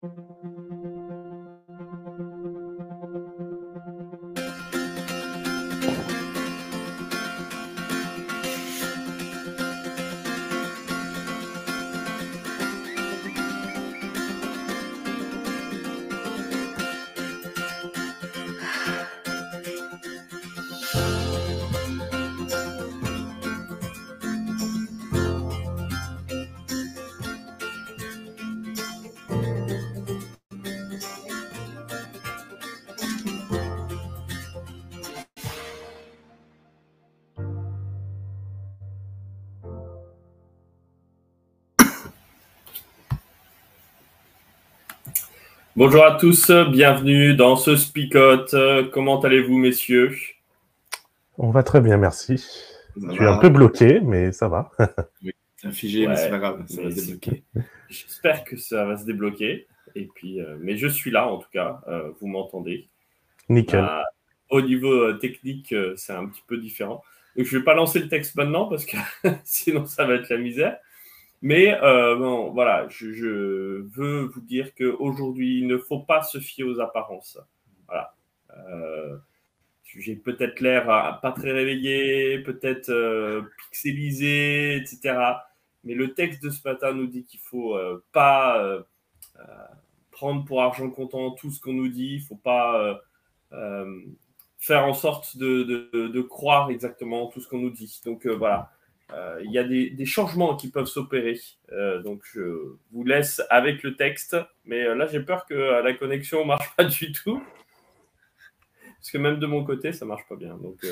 Bonjour à tous, bienvenue dans ce Spicote. Comment allez-vous, messieurs? On va très bien, merci. Je suis un peu bloqué, mais ça va. Oui, c'est un figé, mais c'est pas grave, ça va se débloquer. J'espère que ça va se débloquer. Et puis, mais je suis là, en tout cas, vous m'entendez. Nickel. Au niveau technique, c'est un petit peu différent. Donc, je ne vais pas lancer le texte maintenant parce que sinon, ça va être la misère. Mais bon, voilà, je veux vous dire qu'aujourd'hui, il ne faut pas se fier aux apparences. Voilà. J'ai peut-être l'air pas très réveillé, peut-être pixelisé, etc. Mais le texte de ce matin nous dit qu'il ne faut pas prendre pour argent comptant tout ce qu'on nous dit. Il ne faut pas faire en sorte de croire exactement tout ce qu'on nous dit. Donc voilà. Il y a des changements qui peuvent s'opérer. Donc, je vous laisse avec le texte. Mais là, j'ai peur que la connexion ne marche pas du tout. Parce que même de mon côté, ça ne marche pas bien. Donc,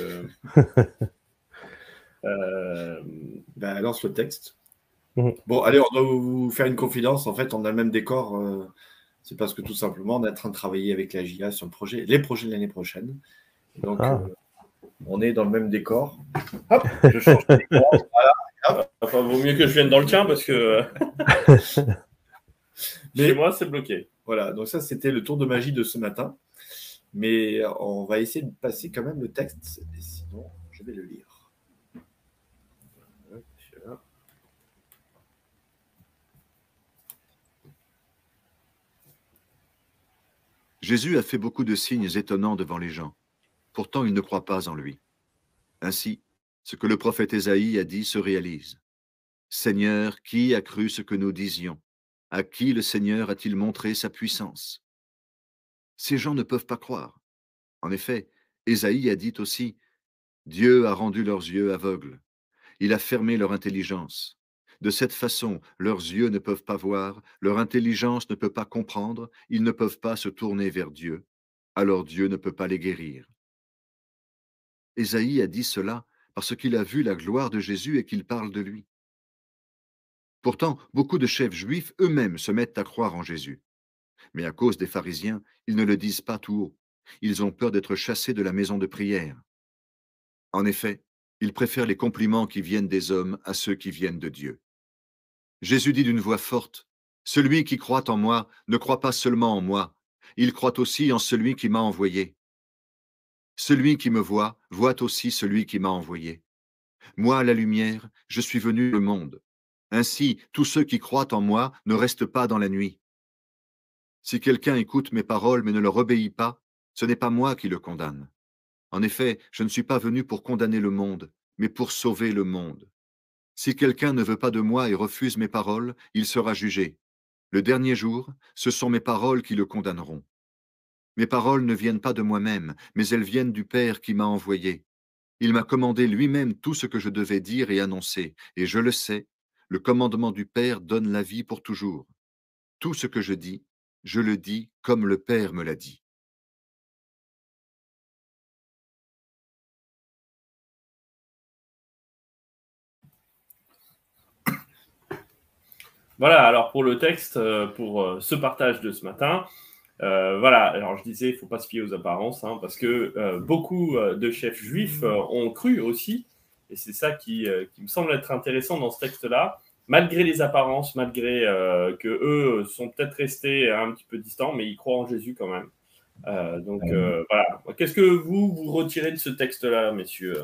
lance le texte. Bon, allez, on doit vous faire une confidence. En fait, on a le même décor. C'est parce que tout simplement, on est en train de travailler avec la JA sur les projets de l'année prochaine. Donc, on est dans le même décor. Hop, je change de décor. Voilà. Hop. Enfin, vaut mieux que je vienne dans le tien parce que chez moi, c'est bloqué. Voilà, donc ça, c'était le tour de magie de ce matin. Mais on va essayer de passer quand même le texte. Et sinon, je vais le lire. Jésus a fait beaucoup de signes étonnants devant les gens. Pourtant, ils ne croient pas en lui. Ainsi, ce que le prophète Ésaïe a dit se réalise. Seigneur, qui a cru ce que nous disions? À qui le Seigneur a-t-il montré sa puissance? Ces gens ne peuvent pas croire. En effet, Ésaïe a dit aussi, Dieu a rendu leurs yeux aveugles. Il a fermé leur intelligence. De cette façon, leurs yeux ne peuvent pas voir, leur intelligence ne peut pas comprendre, ils ne peuvent pas se tourner vers Dieu. Alors Dieu ne peut pas les guérir. Ésaïe a dit cela parce qu'il a vu la gloire de Jésus et qu'il parle de lui. Pourtant, beaucoup de chefs juifs eux-mêmes se mettent à croire en Jésus. Mais à cause des pharisiens, ils ne le disent pas tout haut. Ils ont peur d'être chassés de la maison de prière. En effet, ils préfèrent les compliments qui viennent des hommes à ceux qui viennent de Dieu. Jésus dit d'une voix forte, « Celui qui croit en moi ne croit pas seulement en moi, il croit aussi en celui qui m'a envoyé. Celui qui me voit, voit aussi celui qui m'a envoyé. Moi, la lumière, je suis venu au monde. Ainsi, tous ceux qui croient en moi ne restent pas dans la nuit. Si quelqu'un écoute mes paroles mais ne leur obéit pas, ce n'est pas moi qui le condamne. En effet, je ne suis pas venu pour condamner le monde, mais pour sauver le monde. Si quelqu'un ne veut pas de moi et refuse mes paroles, il sera jugé. Le dernier jour, ce sont mes paroles qui le condamneront. Mes paroles ne viennent pas de moi-même, mais elles viennent du Père qui m'a envoyé. Il m'a commandé lui-même tout ce que je devais dire et annoncer, et je le sais, le commandement du Père donne la vie pour toujours. Tout ce que je le dis comme le Père me l'a dit. Voilà, alors pour le texte, pour ce partage de ce matin, voilà, alors je disais, il ne faut pas se fier aux apparences, hein, parce que beaucoup de chefs juifs ont cru aussi, et c'est ça qui me semble être intéressant dans ce texte-là, malgré les apparences, malgré qu'eux sont peut-être restés un petit peu distants, mais ils croient en Jésus quand même. Donc voilà, qu'est-ce que vous retirez de ce texte-là, messieurs?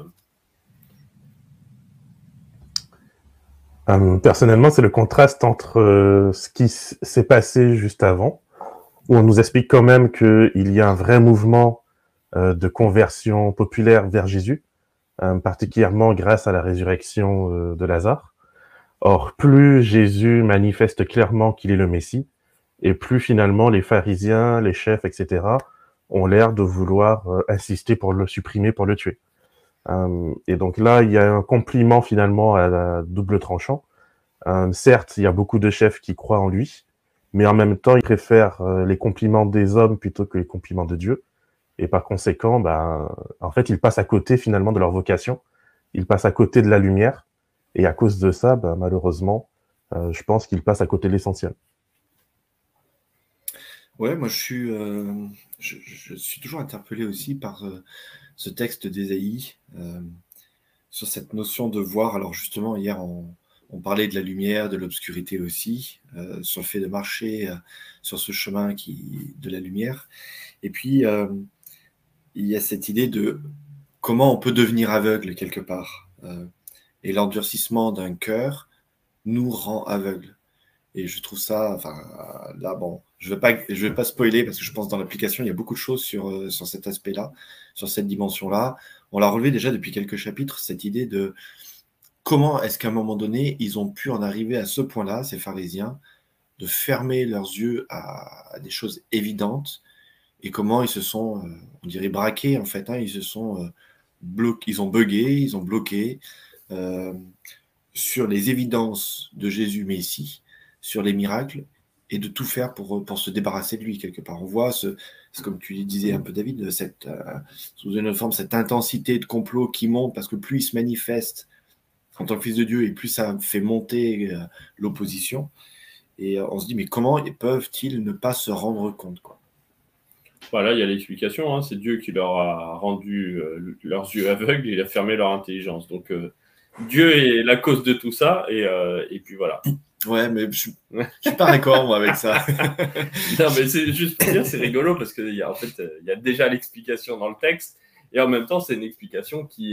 Personnellement, c'est le contraste entre ce qui s'est passé juste avant où on nous explique quand même qu'il y a un vrai mouvement de conversion populaire vers Jésus, particulièrement grâce à la résurrection de Lazare. Or, plus Jésus manifeste clairement qu'il est le Messie, et plus finalement les pharisiens, les chefs, etc., ont l'air de vouloir insister pour le supprimer, pour le tuer. Et donc là, il y a un compliment finalement à la double tranchant. Certes, il y a beaucoup de chefs qui croient en lui, mais en même temps, ils préfèrent les compliments des hommes plutôt que les compliments de Dieu. Et par conséquent, en fait, ils passent à côté finalement de leur vocation. Ils passent à côté de la lumière. Et à cause de ça, malheureusement, je pense qu'ils passent à côté de l'essentiel. Ouais, moi je suis toujours interpellé aussi par ce texte d'Ésaïe sur cette notion de voir. Alors justement, hier, on parlait de la lumière, de l'obscurité aussi, sur le fait de marcher sur ce chemin de la lumière. Et puis, il y a cette idée de comment on peut devenir aveugle quelque part. Et l'endurcissement d'un cœur nous rend aveugles. Et je trouve ça, enfin, là, bon, je vais pas spoiler parce que je pense dans l'application, il y a beaucoup de choses sur cet aspect-là, sur cette dimension-là. On l'a relevé déjà depuis quelques chapitres, cette idée de comment est-ce qu'à un moment donné, ils ont pu en arriver à ce point-là, ces pharisiens, de fermer leurs yeux à des choses évidentes et comment ils se sont, on dirait, braqués en fait, hein, ils se sont bloqués, ils ont bugué, ils ont bloqué sur les évidences de Jésus Messie, sur les miracles, et de tout faire pour se débarrasser de lui, quelque part. On voit, c'est comme tu disais un peu, David, sous une forme, cette intensité de complot qui monte, parce que plus il se manifeste en tant que fils de Dieu, et plus ça fait monter l'opposition. Et on se dit, mais comment peuvent-ils ne pas se rendre compte, quoi? Voilà, il y a l'explication, hein, c'est Dieu qui leur a rendu leurs yeux aveugles, il a fermé leur intelligence. Donc, Dieu est la cause de tout ça, et puis voilà. Ouais, mais je suis pas d'accord, moi, avec ça. Non, mais c'est juste pour dire, c'est rigolo, parce qu'il y a, en fait, il y a déjà l'explication dans le texte, et en même temps, c'est une explication qui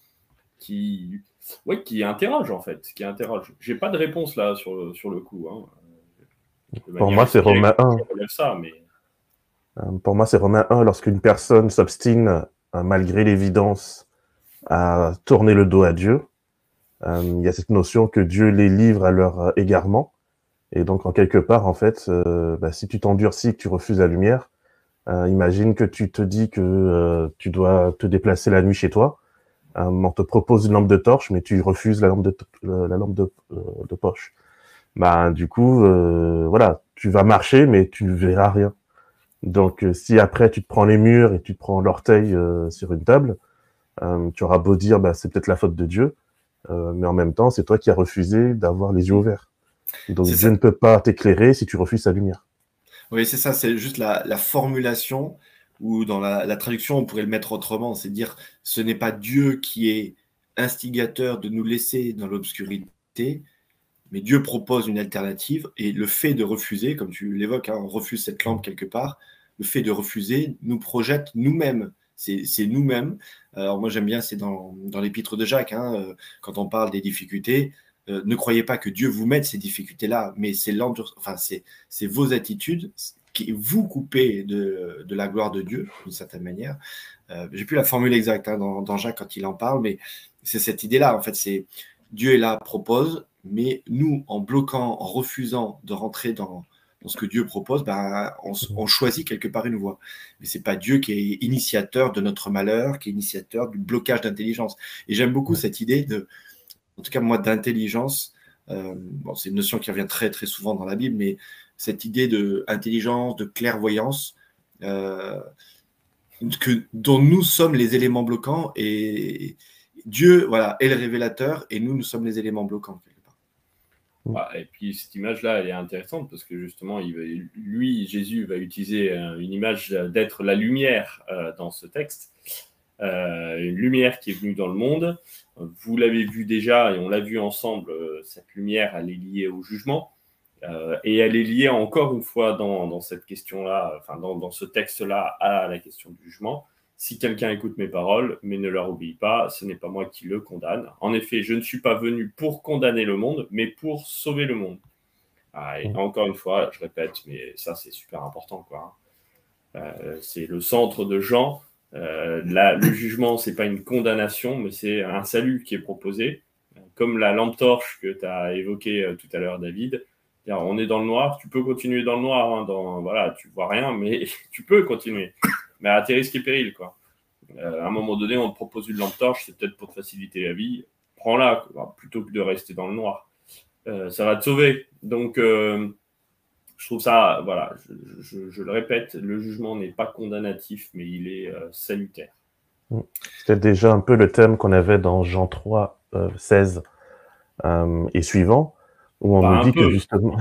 interroge, en fait, qui interroge. J'ai pas de réponse, là, sur le coup. Hein. Pour moi, c'est Romain 1. Ça, mais... Pour moi, c'est Romains 1, lorsqu'une personne s'obstine, malgré l'évidence, à tourner le dos à Dieu. Il y a cette notion que Dieu les livre à leur égarement. Et donc, en quelque part, en fait, si tu t'endurcis, que tu refuses la lumière, imagine que tu te dis que tu dois te déplacer la nuit chez toi. On te propose une lampe de torche, mais tu refuses la lampe de poche. Du coup, voilà, tu vas marcher, mais tu ne verras rien. Donc, si après tu te prends les murs et tu te prends l'orteil sur une table, tu auras beau dire, c'est peut-être la faute de Dieu, mais en même temps, c'est toi qui as refusé d'avoir les yeux ouverts. Donc, Dieu ne peut pas t'éclairer si tu refuses sa lumière. Oui, c'est ça, c'est juste la formulation, ou dans la traduction, on pourrait le mettre autrement, c'est dire, ce n'est pas Dieu qui est instigateur de nous laisser dans l'obscurité, mais Dieu propose une alternative, et le fait de refuser, comme tu l'évoques, hein, on refuse cette lampe quelque part, le fait de refuser nous projette nous-mêmes. C'est nous-mêmes. Alors moi j'aime bien, c'est dans l'épître de Jacques, hein, quand on parle des difficultés, ne croyez pas que Dieu vous mette ces difficultés-là, mais c'est vos attitudes qui vous coupez de la gloire de Dieu, d'une certaine manière. J'ai plus la formule exacte hein, dans Jacques quand il en parle, mais c'est cette idée-là, en fait, c'est Dieu est là, propose, mais nous, en bloquant, en refusant de rentrer dans ce que Dieu propose, on choisit quelque part une voie. Mais c'est pas Dieu qui est initiateur de notre malheur, qui est initiateur du blocage d'intelligence. Et j'aime beaucoup cette idée en tout cas moi, d'intelligence. C'est une notion qui revient très très souvent dans la Bible, mais cette idée d'intelligence, de clairvoyance, dont nous sommes les éléments bloquants, et Dieu, voilà, est le révélateur, et nous sommes les éléments bloquants quelque part. Et puis cette image-là, elle est intéressante parce que justement, Jésus va utiliser une image d'être la lumière dans ce texte, une lumière qui est venue dans le monde. Vous l'avez vu déjà et on l'a vu ensemble, cette lumière, elle est liée au jugement. Et elle est liée encore une fois dans cette question-là, enfin dans ce texte-là, à la question du jugement. Si quelqu'un écoute mes paroles, mais ne leur obéit pas, ce n'est pas moi qui le condamne. En effet, je ne suis pas venu pour condamner le monde, mais pour sauver le monde. Et encore une fois, je répète, mais ça, c'est super important, quoi. C'est le centre de Jean. Le jugement, c'est pas une condamnation, mais c'est un salut qui est proposé. Comme la lampe torche que tu as évoquée tout à l'heure, David. On est dans le noir, tu peux continuer dans le noir, hein, voilà, tu vois rien, mais tu peux continuer. Mais à tes risques et périls, quoi. À un moment donné, on te propose une lampe torche, c'est peut-être pour te faciliter la vie. Prends-la, plutôt que de rester dans le noir. Ça va te sauver. Donc, je trouve ça, voilà, je le répète, le jugement n'est pas condamnatif, mais il est salutaire. C'était déjà un peu le thème qu'on avait dans Jean 3, 16 et suivant, où on nous dit que justement...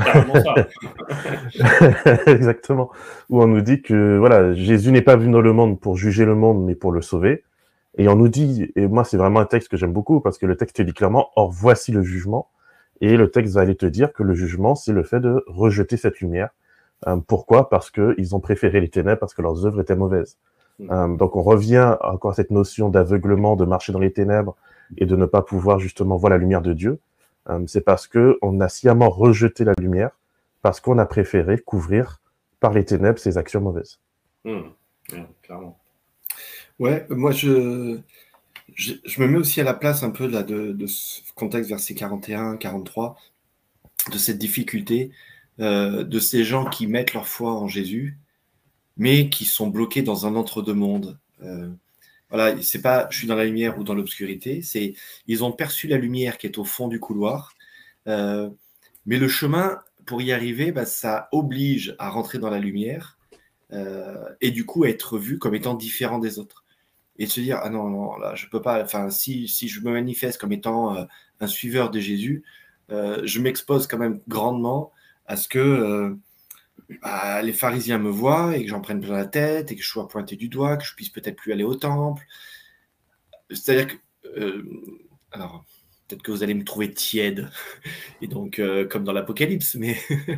Exactement. Où on nous dit que voilà, Jésus n'est pas venu dans le monde pour juger le monde, mais pour le sauver. Et on nous dit, et moi c'est vraiment un texte que j'aime beaucoup, parce que le texte dit clairement, or voici le jugement. Et le texte va aller te dire que le jugement, c'est le fait de rejeter cette lumière. Pourquoi? Parce qu'ils ont préféré les ténèbres, parce que leurs œuvres étaient mauvaises. Donc on revient encore à cette notion d'aveuglement, de marcher dans les ténèbres, et de ne pas pouvoir justement voir la lumière de Dieu. C'est parce qu'on a sciemment rejeté la lumière, parce qu'on a préféré couvrir par les ténèbres ses actions mauvaises. Clairement. Ouais, moi je me mets aussi à la place un peu là, de ce contexte verset 41, 43, de cette difficulté de ces gens qui mettent leur foi en Jésus, mais qui sont bloqués dans un entre-deux-mondes. Voilà, c'est pas je suis dans la lumière ou dans l'obscurité, c'est ils ont perçu la lumière qui est au fond du couloir, mais le chemin pour y arriver, ça oblige à rentrer dans la lumière et du coup à être vu comme étant différent des autres. Et de se dire, ah non, là, je peux pas, enfin, si je me manifeste comme étant un suiveur de Jésus, je m'expose quand même grandement à ce que les pharisiens me voient et que j'en prenne plein la tête et que je sois pointé du doigt, que je puisse peut-être plus aller au temple. C'est-à-dire que, alors, peut-être que vous allez me trouver tiède, et donc, comme dans l'Apocalypse, mais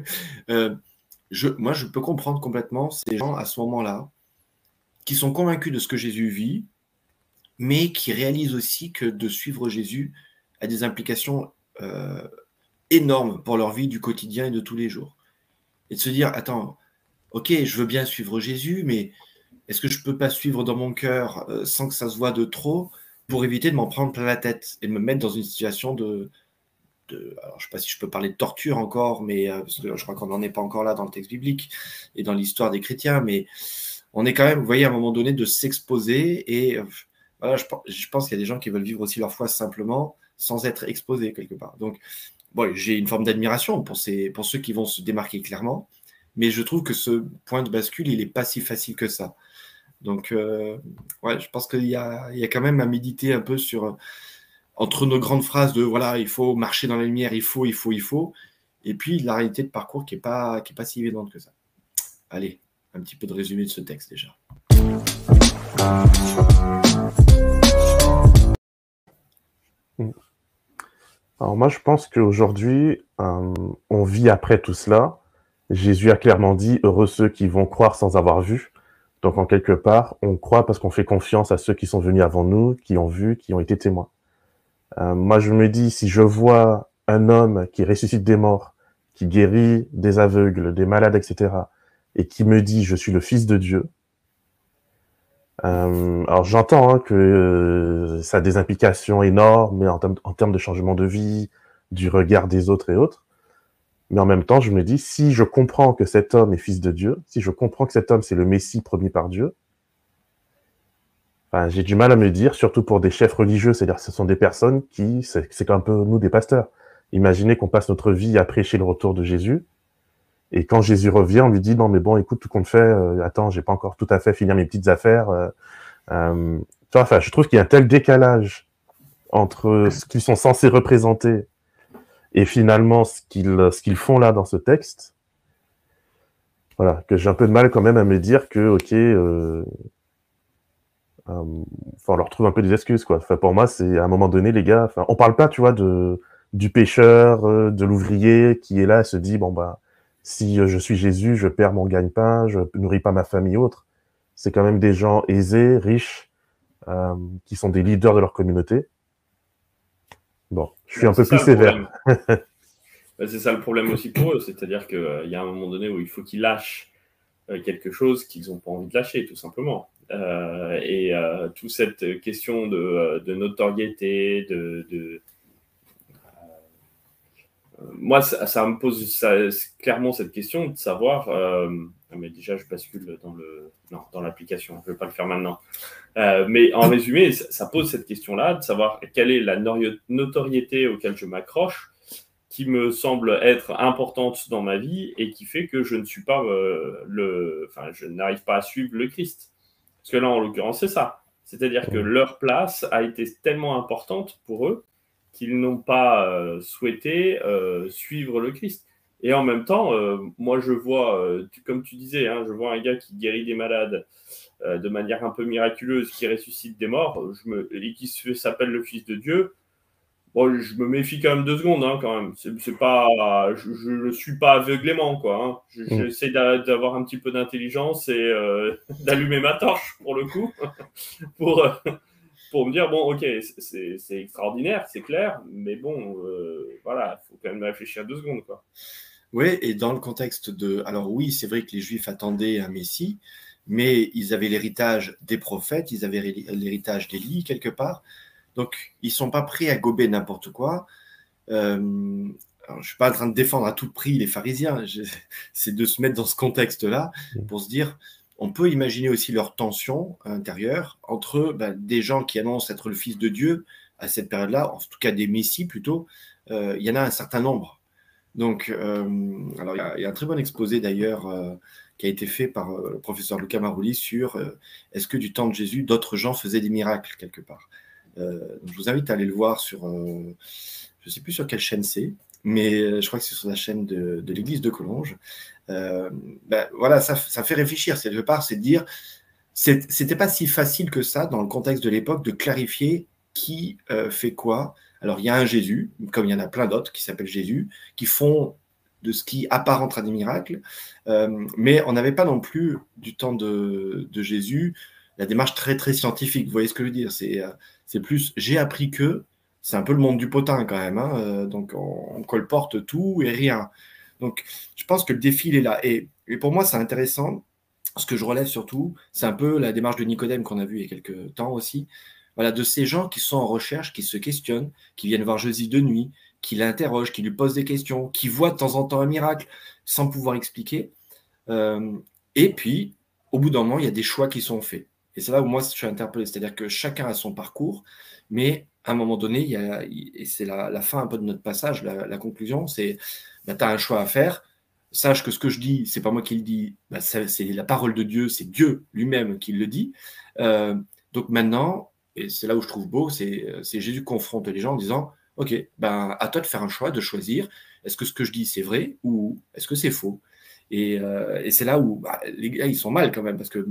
moi, je peux comprendre complètement ces gens à ce moment-là qui sont convaincus de ce que Jésus vit, mais qui réalisent aussi que de suivre Jésus a des implications énormes pour leur vie du quotidien et de tous les jours. Et de se dire, attends, ok, je veux bien suivre Jésus, mais est-ce que je ne peux pas suivre dans mon cœur sans que ça se voit de trop pour éviter de m'en prendre plein la tête et de me mettre dans une situation alors je ne sais pas si je peux parler de torture encore, mais parce que je crois qu'on n'en est pas encore là dans le texte biblique et dans l'histoire des chrétiens, mais on est quand même, vous voyez, à un moment donné, de s'exposer et voilà, je pense qu'il y a des gens qui veulent vivre aussi leur foi simplement sans être exposés quelque part. Donc, bon, j'ai une forme d'admiration pour ceux qui vont se démarquer clairement, mais je trouve que ce point de bascule, il n'est pas si facile que ça. Donc, ouais, je pense qu'il y a quand même à méditer un peu sur entre nos grandes phrases de voilà, il faut marcher dans la lumière, il faut, et puis la réalité de parcours qui est pas si évidente que ça. Allez, un petit peu de résumé de ce texte déjà. Alors moi, je pense qu'aujourd'hui, on vit après tout cela. Jésus a clairement dit « Heureux ceux qui vont croire sans avoir vu ». Donc, en quelque part, on croit parce qu'on fait confiance à ceux qui sont venus avant nous, qui ont vu, qui ont été témoins. Moi, je me dis, si je vois un homme qui ressuscite des morts, qui guérit des aveugles, des malades, etc., et qui me dit « Je suis le Fils de Dieu », alors j'entends que ça a des implications énormes en termes de changement de vie, du regard des autres et autres. Mais en même temps, je me dis, si je comprends que cet homme est fils de Dieu, si je comprends que cet homme, c'est le Messie promis par Dieu, enfin, j'ai du mal à me dire, surtout pour des chefs religieux, c'est-à-dire que ce sont des personnes qui, c'est un peu nous, des pasteurs. Imaginez qu'on passe notre vie à prêcher le retour de Jésus, et quand Jésus revient, on lui dit, non, mais bon, écoute, tout compte fait, attends, j'ai pas encore tout à fait fini mes petites affaires. Enfin, je trouve qu'il y a un tel décalage entre ce qu'ils sont censés représenter et finalement ce qu'ils font là dans ce texte, voilà, que j'ai un peu de mal quand même à me dire que, ok, on leur trouve un peu des excuses, quoi. Enfin, pour moi, c'est à un moment donné, les gars, enfin, on parle pas, tu vois, du pêcheur, de l'ouvrier qui est là et se dit, bon, bah, si je suis Jésus, je perds mon gagne-pain, je nourris pas ma famille autre. C'est quand même des gens aisés, riches, qui sont des leaders de leur communauté. Bon, je suis un peu plus sévère. C'est ça le problème aussi pour eux, c'est-à-dire qu'il y a un moment donné où il faut qu'ils lâchent quelque chose qu'ils n'ont pas envie de lâcher, tout simplement. Toute cette question de notoriété, moi, ça me pose clairement cette question de savoir, mais déjà je bascule dans l'application, je ne vais pas le faire maintenant. Mais en résumé, ça pose cette question-là, de savoir quelle est la notoriété auquel je m'accroche, qui me semble être importante dans ma vie et qui fait que je ne suis pas je n'arrive pas à suivre le Christ. Parce que là, en l'occurrence, c'est ça. C'est-à-dire que leur place a été tellement importante pour eux qu'ils n'ont pas souhaité suivre le Christ. Et en même temps, moi, je vois, comme tu disais, hein, je vois un gars qui guérit des malades de manière un peu miraculeuse, qui ressuscite des morts, et qui s'appelle le Fils de Dieu. Bon, je me méfie quand même 2 secondes, hein, quand même. C'est pas, je ne suis pas aveuglément, quoi. Hein. J'essaie d'avoir un petit peu d'intelligence et d'allumer ma torche, pour le coup, pour me dire, bon, ok, c'est extraordinaire, c'est clair, mais bon, voilà, il faut quand même réfléchir 2 secondes, quoi. Oui, et dans le contexte de... Alors oui, c'est vrai que les Juifs attendaient un Messie, mais ils avaient l'héritage des prophètes, ils avaient l'héritage d'Élie, quelque part. Donc, ils ne sont pas prêts à gober n'importe quoi. Alors, je ne suis pas en train de défendre à tout prix les pharisiens, c'est de se mettre dans ce contexte-là pour se dire, on peut imaginer aussi leur tension intérieure entre des gens qui annoncent être le Fils de Dieu à cette période-là, en tout cas des messies plutôt, il y en a un certain nombre. Donc, alors il y a un très bon exposé d'ailleurs qui a été fait par le professeur Luca Marulli sur est-ce que du temps de Jésus, d'autres gens faisaient des miracles quelque part. Donc je vous invite à aller le voir sur, je ne sais plus sur quelle chaîne c'est, mais je crois que c'est sur la chaîne de l'église de Collonges. Voilà, ça fait réfléchir. C'est de part, c'est de dire, c'était pas si facile que ça dans le contexte de l'époque de clarifier qui fait quoi. Alors il y a un Jésus, comme il y en a plein d'autres qui s'appellent Jésus, qui font de ce qui apparente à des miracles, mais on n'avait pas non plus du temps de Jésus la démarche très très scientifique. Vous voyez ce que je veux dire? C'est plus j'ai appris que, c'est un peu le monde du potin quand même, hein, donc on colporte tout et rien. Donc je pense que le défi il est là. Et pour moi c'est intéressant, ce que je relève surtout, c'est un peu la démarche de Nicodème qu'on a vu il y a quelques temps aussi. Voilà, de ces gens qui sont en recherche, qui se questionnent, qui viennent voir Jésus de nuit, qui l'interrogent, qui lui posent des questions, qui voient de temps en temps un miracle sans pouvoir expliquer. Et puis, au bout d'un moment, il y a des choix qui sont faits. Et c'est là où moi, je suis interpellé. C'est-à-dire que chacun a son parcours, mais à un moment donné, et c'est la fin un peu de notre passage, la conclusion, c'est tu as un choix à faire. Sache que ce que je dis, c'est pas moi qui le dis, c'est la parole de Dieu, c'est Dieu lui-même qui le dit. Donc maintenant, et c'est là où je trouve beau, c'est Jésus confronte les gens en disant, ok, à toi de faire un choix, de choisir, est-ce que ce que je dis c'est vrai ou est-ce que c'est faux? Et c'est là où les gars, ils sont mal quand même, parce que,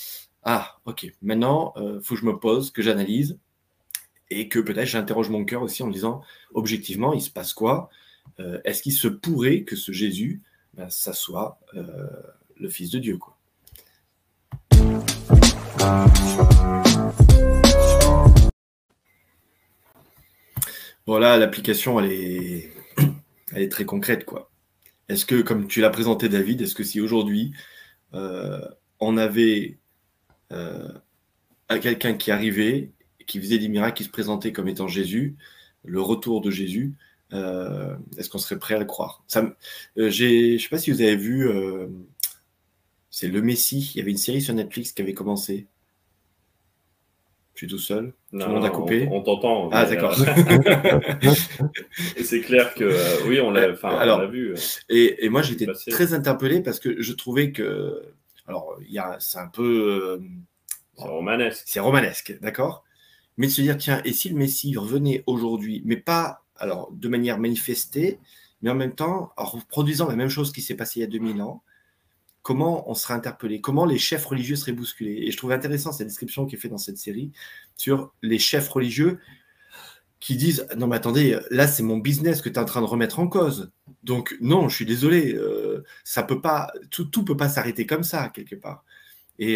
ok, maintenant, faut que je me pose, que j'analyse, et que peut-être j'interroge mon cœur aussi en me disant, objectivement, il se passe quoi? Est-ce qu'il se pourrait que ce Jésus, ça soit le Fils de Dieu, quoi. Voilà, l'application, elle est très concrète, quoi. Est-ce que, comme tu l'as présenté, David, est-ce que si aujourd'hui, on avait quelqu'un qui arrivait, qui faisait des miracles, qui se présentait comme étant Jésus, le retour de Jésus, est-ce qu'on serait prêt à le croire? Je ne sais pas si vous avez vu, c'est Le Messie, il y avait une série sur Netflix qui avait commencé. Je suis tout seul. Non, tout le monde a coupé. On t'entend. Ah, d'accord. Et c'est clair que oui, on l'a vu. Et moi, j'étais très interpellé parce que je trouvais que. Alors, c'est un peu. C'est romanesque. C'est romanesque, d'accord? Mais de se dire, tiens, et si le Messie revenait aujourd'hui, mais pas alors, de manière manifestée, mais en même temps, en reproduisant la même chose qui s'est passée il y a 2000 ans, comment on serait interpellé, comment les chefs religieux seraient bousculés. Et je trouve intéressant cette description qui est faite dans cette série sur les chefs religieux qui disent « Non mais attendez, là c'est mon business que tu es en train de remettre en cause. Donc non, je suis désolé, ça peut pas, tout peut pas s'arrêter comme ça, quelque part. » Et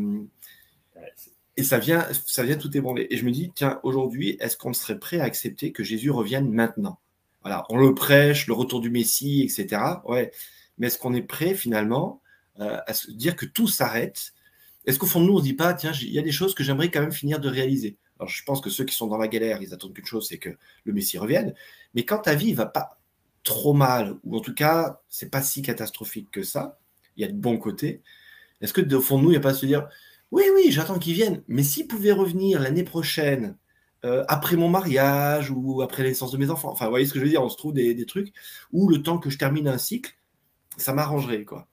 ça vient tout ébranler. Et je me dis, tiens, aujourd'hui, est-ce qu'on serait prêt à accepter que Jésus revienne maintenant? voilà, on le prêche, le retour du Messie, etc. Ouais. Mais est-ce qu'on est prêt finalement à se dire que tout s'arrête? Est-ce qu'au fond de nous, on ne se dit pas, tiens, il y a des choses que j'aimerais quand même finir de réaliser? Alors, je pense que ceux qui sont dans la galère, ils attendent qu'une chose, c'est que le Messie revienne. Mais quand ta vie ne va pas trop mal, ou en tout cas, c'est pas si catastrophique que ça, il y a de bons côtés, est-ce que au fond de nous, il n'y a pas à se dire, oui, oui, j'attends qu'il vienne, mais s'il pouvait revenir l'année prochaine, après mon mariage ou après la naissance de mes enfants, enfin, vous voyez ce que je veux dire, on se trouve des trucs où le temps que je termine un cycle, ça m'arrangerait, quoi.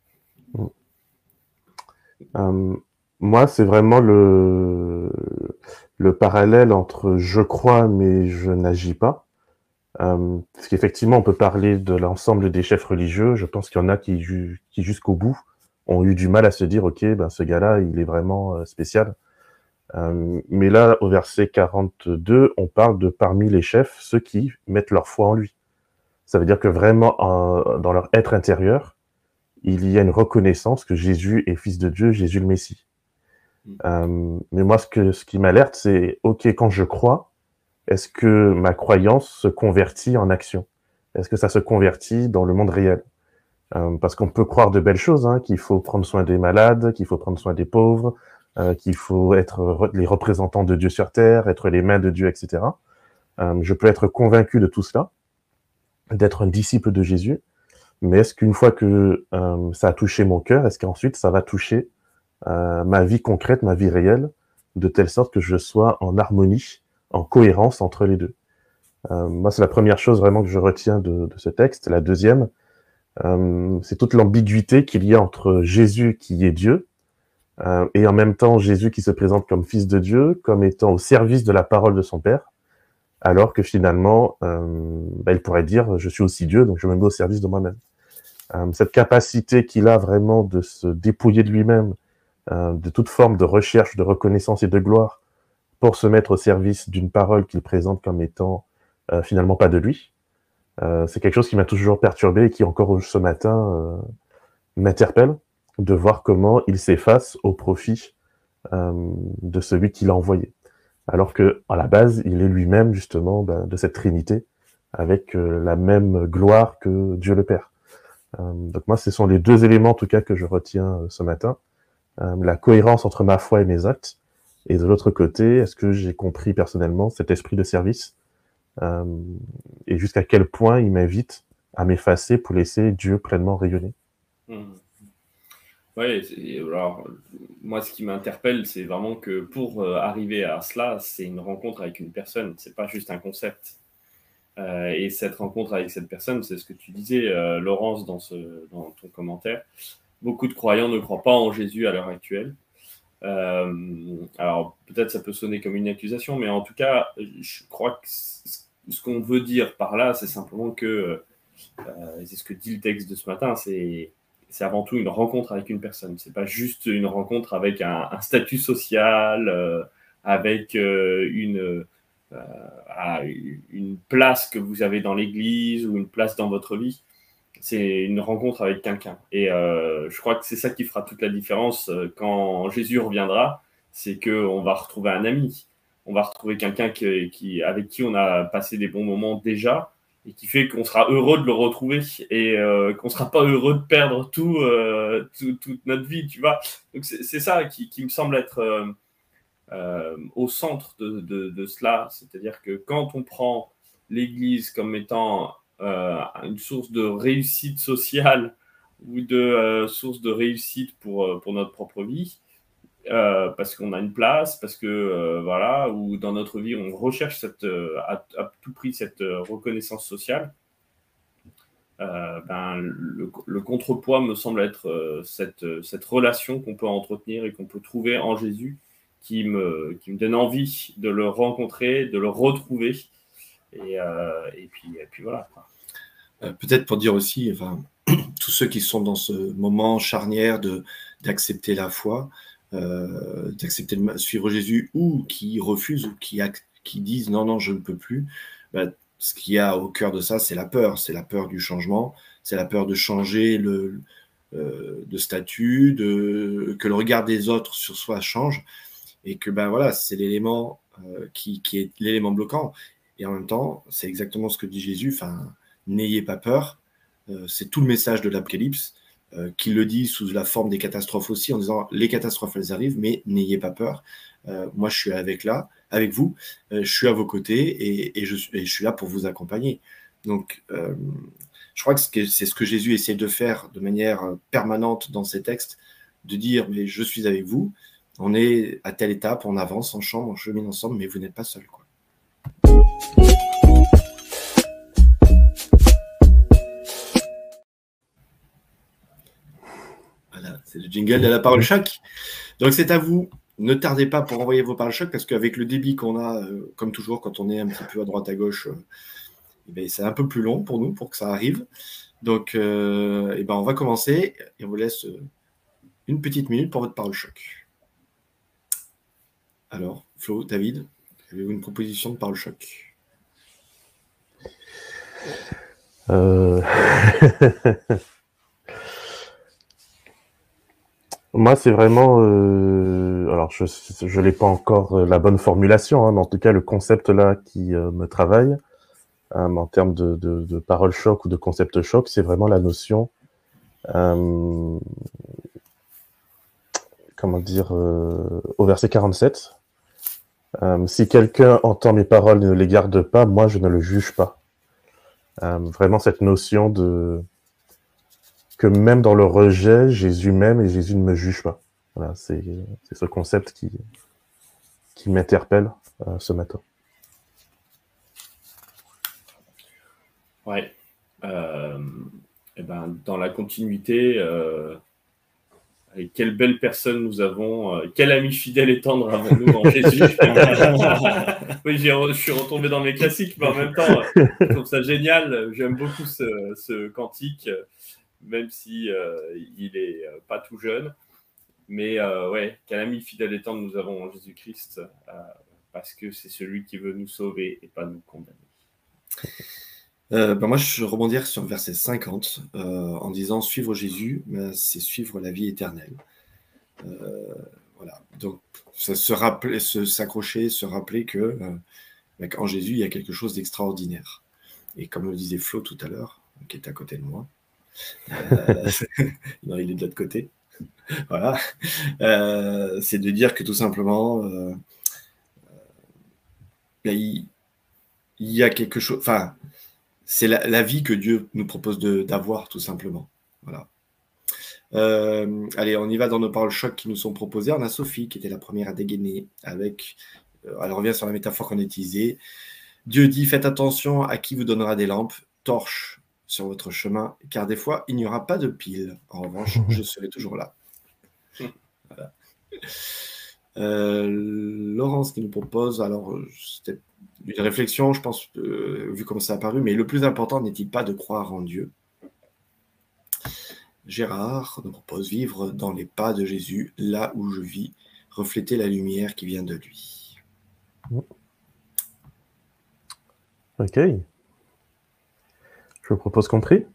Moi, c'est vraiment le parallèle entre je crois mais je n'agis pas. Parce qu'effectivement, on peut parler de l'ensemble des chefs religieux. Je pense qu'il y en a qui jusqu'au bout ont eu du mal à se dire, ok, ben ce gars-là, il est vraiment spécial. Mais là, au verset 42, on parle de parmi les chefs, ceux qui mettent leur foi en lui. Ça veut dire que vraiment, dans leur être intérieur, il y a une reconnaissance que Jésus est fils de Dieu, Jésus le Messie. Mais moi, ce qui m'alerte, c'est, ok, quand je crois, est-ce que ma croyance se convertit en action? Est-ce que ça se convertit dans le monde réel? Parce qu'on peut croire de belles choses, hein, qu'il faut prendre soin des malades, qu'il faut prendre soin des pauvres, qu'il faut être les représentants de Dieu sur terre, être les mains de Dieu, etc. Je peux être convaincu de tout cela, d'être un disciple de Jésus, mais est-ce qu'une fois que ça a touché mon cœur, est-ce qu'ensuite ça va toucher ma vie concrète, ma vie réelle, de telle sorte que je sois en harmonie, en cohérence entre les deux? Moi, c'est la première chose vraiment que je retiens de ce texte. La deuxième, c'est toute l'ambiguïté qu'il y a entre Jésus qui est Dieu, et en même temps Jésus qui se présente comme fils de Dieu, comme étant au service de la parole de son Père, alors que finalement, il pourrait dire, je suis aussi Dieu, donc je me mets au service de moi-même. Cette capacité qu'il a vraiment de se dépouiller de lui-même, de toute forme de recherche, de reconnaissance et de gloire, pour se mettre au service d'une parole qu'il présente comme étant finalement pas de lui, c'est quelque chose qui m'a toujours perturbé et qui encore ce matin m'interpelle, de voir comment il s'efface au profit de celui qui l'a envoyé. Alors que à la base, il est lui-même justement de cette Trinité, avec la même gloire que Dieu le Père. Donc moi, ce sont les deux éléments en tout cas que je retiens ce matin. La cohérence entre ma foi et mes actes, et de l'autre côté, est-ce que j'ai compris personnellement cet esprit de service, et jusqu'à quel point il m'invite à m'effacer pour laisser Dieu pleinement rayonner. Oui, alors moi ce qui m'interpelle, c'est vraiment que pour arriver à cela, c'est une rencontre avec une personne, c'est pas juste un concept. Et cette rencontre avec cette personne, c'est ce que tu disais, Laurence, dans ton commentaire. Beaucoup de croyants ne croient pas en Jésus à l'heure actuelle. Alors peut-être ça peut sonner comme une accusation, mais en tout cas, je crois que ce qu'on veut dire par là, c'est simplement que, c'est ce que dit le texte de ce matin, c'est avant tout une rencontre avec une personne. C'est pas juste une rencontre avec un statut social, avec une place que vous avez dans l'église ou une place dans votre vie. C'est une rencontre avec quelqu'un. Et je crois que c'est ça qui fera toute la différence quand Jésus reviendra, c'est qu'on va retrouver un ami. On va retrouver quelqu'un avec qui on a passé des bons moments déjà et qui fait qu'on sera heureux de le retrouver et qu'on ne sera pas heureux de perdre toute notre vie, tu vois. Donc c'est ça qui me semble être au centre de cela. C'est-à-dire que quand on prend l'Église comme étant une source de réussite sociale ou de source de réussite pour notre propre vie, parce qu'on a une place, parce que voilà, ou dans notre vie on recherche à tout prix cette reconnaissance sociale, le contrepoids me semble être cette relation qu'on peut entretenir et qu'on peut trouver en Jésus, qui me donne envie de le rencontrer, de le retrouver, et puis voilà. Peut-être pour dire aussi, enfin, tous ceux qui sont dans ce moment charnière d'accepter la foi, d'accepter de suivre Jésus, ou qui refusent, ou qui disent non, je ne peux plus, ce qu'il y a au cœur de ça, c'est la peur du changement, c'est la peur de changer de statut, que le regard des autres sur soi change, et que voilà, c'est l'élément qui est l'élément bloquant. Et en même temps, c'est exactement ce que dit Jésus, enfin, n'ayez pas peur. C'est tout le message de l'Apocalypse, qu'il le dit sous la forme des catastrophes aussi, en disant les catastrophes, elles arrivent, mais n'ayez pas peur. Moi, je suis avec vous, je suis à vos côtés et je suis là pour vous accompagner. Donc, je crois que c'est ce que Jésus essaie de faire de manière permanente dans ses textes, de dire, mais je suis avec vous, on est à telle étape, on avance, on chante, on chemine ensemble, mais vous n'êtes pas seul, quoi. Voilà, c'est le jingle de la parole choc. Donc c'est à vous. Ne tardez pas pour envoyer vos paroles choc, parce qu'avec le débit qu'on a, comme toujours, quand on est un petit peu à droite à gauche, c'est un peu plus long pour nous, pour que ça arrive. Donc, on va commencer et on vous laisse une petite minute pour votre parole choc. Alors, Flo, David, avez-vous une proposition de parole choc? Moi, c'est vraiment... alors, je n'ai pas encore la bonne formulation, hein, mais en tout cas, le concept là qui me travaille, en termes de parole choc ou de concept choc, c'est vraiment la notion... comment dire, au verset 47, si quelqu'un entend mes paroles et ne les garde pas, moi je ne le juge pas. Vraiment cette notion que même dans le rejet, Jésus m'aime et Jésus ne me juge pas. Voilà, c'est ce concept qui m'interpelle ce matin. Ouais. Dans la continuité, et quelle belle personne nous avons, quel ami fidèle et tendre avons-nous en Jésus. Oui, je suis retombé dans mes classiques, mais en même temps, je trouve ça génial. J'aime beaucoup ce cantique, même si il est pas tout jeune. Mais ouais, quel ami fidèle et tendre nous avons en Jésus-Christ, parce que c'est celui qui veut nous sauver et pas nous condamner. Moi, je vais rebondir sur le verset 50 en disant suivre Jésus, c'est suivre la vie éternelle. Voilà. Donc, s'accrocher, se rappeler que en Jésus, il y a quelque chose d'extraordinaire. Et comme le disait Flo tout à l'heure, qui est à côté de moi, non, il est de l'autre côté. Voilà. C'est de dire que tout simplement, il y a quelque chose. Enfin, c'est la vie que Dieu nous propose d'avoir, tout simplement. Voilà. Allez, on y va dans nos paroles choc qui nous sont proposées. On a Sophie qui était la première à dégainer avec... elle revient sur la métaphore qu'on a utilisée. Dieu dit, faites attention à qui vous donnera des lampes, torches sur votre chemin, car des fois, il n'y aura pas de pile. En revanche, je serai toujours là. Voilà. Laurence qui nous propose, alors c'était une réflexion, je pense, vu comment ça a apparu, mais le plus important n'est-il pas de croire en Dieu? Gérard nous propose vivre dans les pas de Jésus, là où je vis, refléter la lumière qui vient de lui. Ok. Je vous propose qu'on prie.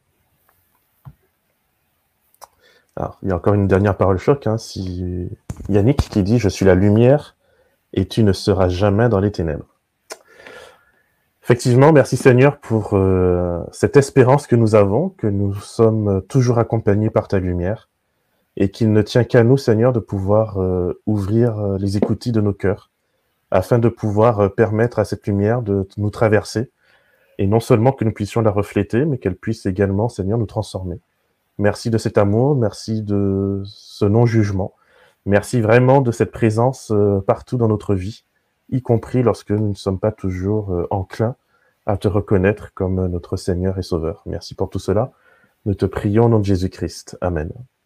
Alors, il y a encore une dernière parole choc, hein, Yannick qui dit « Je suis la lumière et tu ne seras jamais dans les ténèbres ». Effectivement, merci Seigneur pour cette espérance que nous avons, que nous sommes toujours accompagnés par ta lumière et qu'il ne tient qu'à nous, Seigneur, de pouvoir ouvrir les écoutilles de nos cœurs afin de pouvoir permettre à cette lumière de nous traverser et non seulement que nous puissions la refléter, mais qu'elle puisse également, Seigneur, nous transformer. Merci de cet amour, merci de ce non-jugement, merci vraiment de cette présence partout dans notre vie, y compris lorsque nous ne sommes pas toujours enclins à te reconnaître comme notre Seigneur et Sauveur. Merci pour tout cela. Nous te prions au nom de Jésus-Christ. Amen.